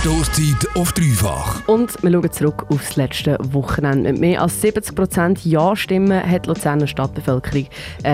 Stosszeit auf dreifach. Und wir schauen zurück auf das letzte Wochenende. Mit mehr als 70% Ja-Stimmen hat die Luzerner Stadtbevölkerung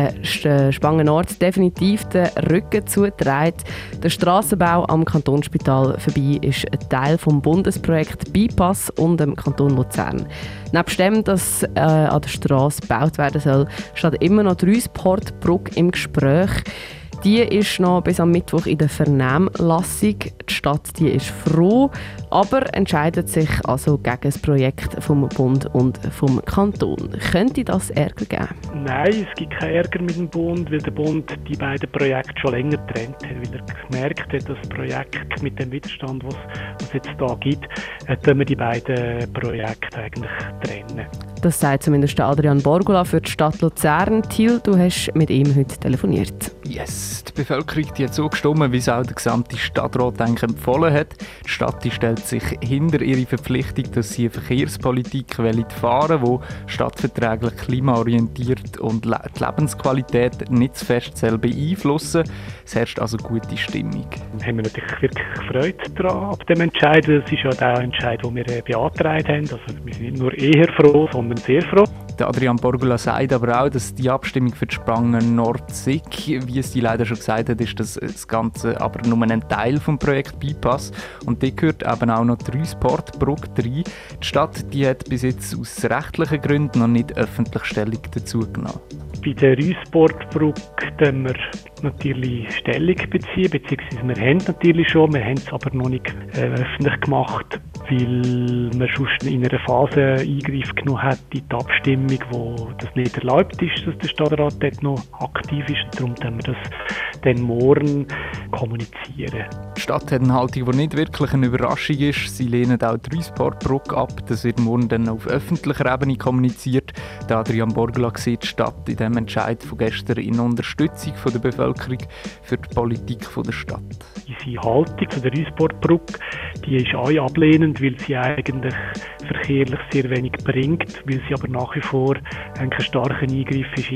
Spangen Nord definitiv den Rücken zugetragen. Der Strassenbau am Kantonsspital vorbei ist ein Teil des Bundesprojekts Bypass und dem Kanton Luzern. Nebst dem, dass an der Strasse gebaut werden soll, steht immer noch die Rüsportbrücke im Gespräch. Die ist noch bis am Mittwoch in der Vernehmlassung. Die Stadt die ist froh, aber entscheidet sich also gegen das Projekt vom Bund und vom Kanton. Könnte das Ärger geben? Nein, es gibt keinen Ärger mit dem Bund, weil der Bund die beiden Projekte schon länger getrennt hat, weil er gemerkt hat, dass das Projekt mit dem Widerstand, was es jetzt da gibt, können wir die beiden Projekte eigentlich trennen. Das sagt zumindest Adrian Borgula für die Stadt Luzern. Thiel, du hast mit ihm heute telefoniert. Yes, die Bevölkerung die hat so gestimmt, wie es auch der gesamte Stadtrat empfohlen hat. Die Stadt die stellt sich hinter ihre Verpflichtung, dass sie eine Verkehrspolitik fahren will, die stadtverträglich, klimaorientiert und die Lebensqualität nicht zu fest beeinflussen. Es herrscht also gute Stimmung. Da haben wir natürlich wirklich Freude daran, ab dem Entscheid. Es ist ja der Entscheid, den wir beantragt haben. Also wir sind nicht nur eher froh, sondern sehr froh. Der Adrian Borgula sagt aber auch, dass die Abstimmung für die Spangen Nord sei. Wie es die leider schon gesagt hat, ist das Ganze aber nur ein Teil des Projekts Bypass. Und dort gehört eben auch noch die Rüsportbrücke rein. Die Stadt die hat bis jetzt aus rechtlichen Gründen noch nicht öffentlich Stellung dazu genommen. Bei der Rüsportbrücke können wir natürlich Stellung beziehen, beziehungsweise wir haben es natürlich schon, wir haben es aber noch nicht öffentlich gemacht, weil man sonst in einer Phase Eingriff genommen hat in die Abstimmung, wo das nicht erlaubt ist, dass der Stadtrat dort noch aktiv ist. Und darum können wir das dann morgen kommunizieren. Die Stadt hat eine Haltung, die nicht wirklich eine Überraschung ist. Sie lehnen auch die Rüsportbrücke ab. Das wird morgen dann auf öffentlicher Ebene kommuniziert. Der Adrian Borgula sieht die Stadt in dem Entscheid von gestern in Unterstützung von der Bevölkerung für die Politik der Stadt. Unsere Haltung zu der Rüsportbrücke, die ist auch ablehnend, weil sie eigentlich verkehrlich sehr wenig bringt, weil sie aber nach wie vor ein starker Eingriff ist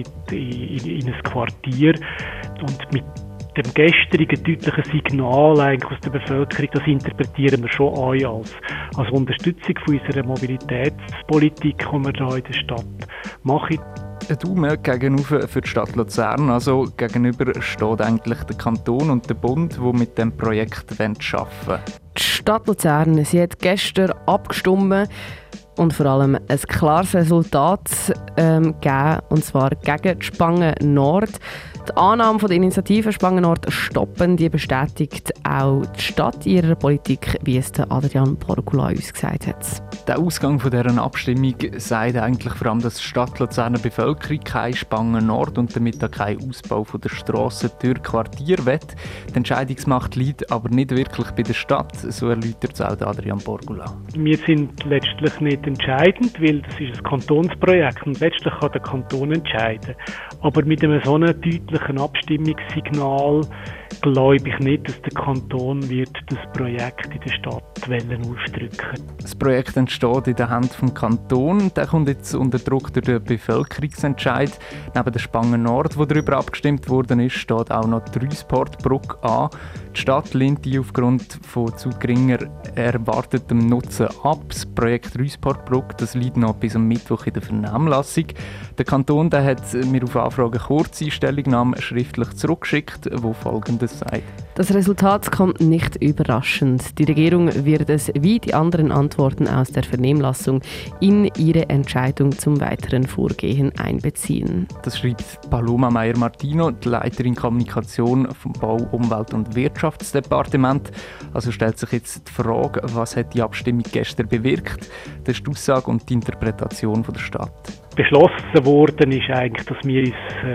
in ein Quartier. Und mit dem gestrigen deutlichen Signal eigentlich aus der Bevölkerung, das interpretieren wir schon auch als Unterstützung von unserer Mobilitätspolitik, die wir hier in der Stadt machen. Ein Daumen gegenüber für die Stadt Luzern. Also gegenüber steht eigentlich der Kanton und der Bund, die mit dem Projekt arbeiten wollen. Die Stadt Luzern, sie hat gestern abgestimmt und vor allem ein klares Resultat gegeben, und zwar gegen die Spangen Nord. Die Annahme der Initiative Spangen Nord stoppen, die bestätigt auch die Stadt in ihrer Politik, wie es Adrian Borgula uns gesagt hat. Der Ausgang von dieser Abstimmung sagt eigentlich vor allem, dass die Stadt Luzerner Bevölkerung keine Spangen Nord und damit auch keinen Ausbau von der Strasse durch Quartier will. Die Entscheidungsmacht liegt aber nicht wirklich bei der Stadt, so erläutert es auch Adrian Borgula. Wir sind letztlich nicht entscheidend, weil das ist ein Kantonsprojekt und letztlich kann der Kanton entscheiden. Aber mit einem so einem deutlichen Abstimmungssignal glaube ich nicht, dass der Kanton wird das Projekt in der Stadt ausdrücken. Das Projekt entsteht in der Hand des Kantons. Der kommt jetzt unter Druck durch den Bevölkerungsentscheid. Neben der Spangen Nord, wo darüber abgestimmt worden ist, steht auch noch die Rüsportbrücke an. Die Stadt lehnt die aufgrund von zu geringer erwartetem Nutzen ab. Das Projekt Rüsportbrücke das liegt noch bis am Mittwoch in der Vernehmlassung. Der Kanton der hat mir auf Anfrage kurze Stellungnahme schriftlich zurückgeschickt, wo Folgendes sagt. Das Resultat kommt nicht überraschend. Die Regierung wird es wie die anderen Antworten aus der Vernehmlassung in ihre Entscheidung zum weiteren Vorgehen einbeziehen. Das schreibt Paloma Meyer-Martino, die Leiterin Kommunikation vom Bau-, Umwelt- und Wirtschaftsdepartement. Also stellt sich jetzt die Frage, was hat die Abstimmung gestern bewirkt? Das ist die Aussage und die Interpretation von der Stadt. Beschlossen worden ist eigentlich, dass wir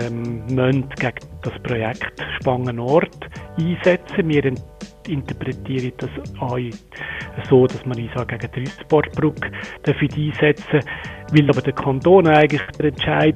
uns gegen das Projekt Spangen Nord einsetzen. Wir interpretieren das auch so, dass man uns auch gegen die Rüsportbrücke einsetzen darf, weil aber der Kanton eigentlich das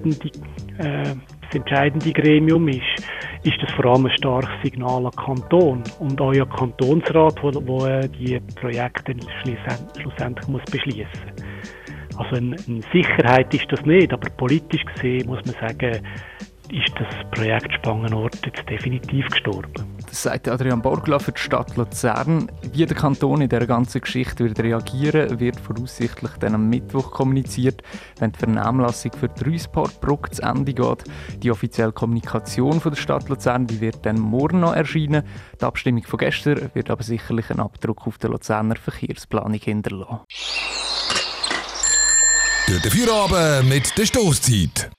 entscheidende Gremium ist das vor allem ein starkes Signal an den Kanton und auch an den Kantonsrat, der die Projekte schlussendlich beschließen muss. Also eine Sicherheit ist das nicht, aber politisch gesehen muss man sagen, ist das Projekt Spangenort jetzt definitiv gestorben. Das sagt Adrian Borgla für die Stadt Luzern. Wie der Kanton in dieser ganzen Geschichte wird reagieren, wird voraussichtlich dann am Mittwoch kommuniziert, wenn die Vernehmlassung für die Ruisportbrücke zu Ende geht. Die offizielle Kommunikation von der Stadt Luzern, die wird dann morgen noch erscheinen. Die Abstimmung von gestern wird aber sicherlich einen Abdruck auf der Luzerner Verkehrsplanung hinterlassen. Durch den Feierabend mit der Stosszeit.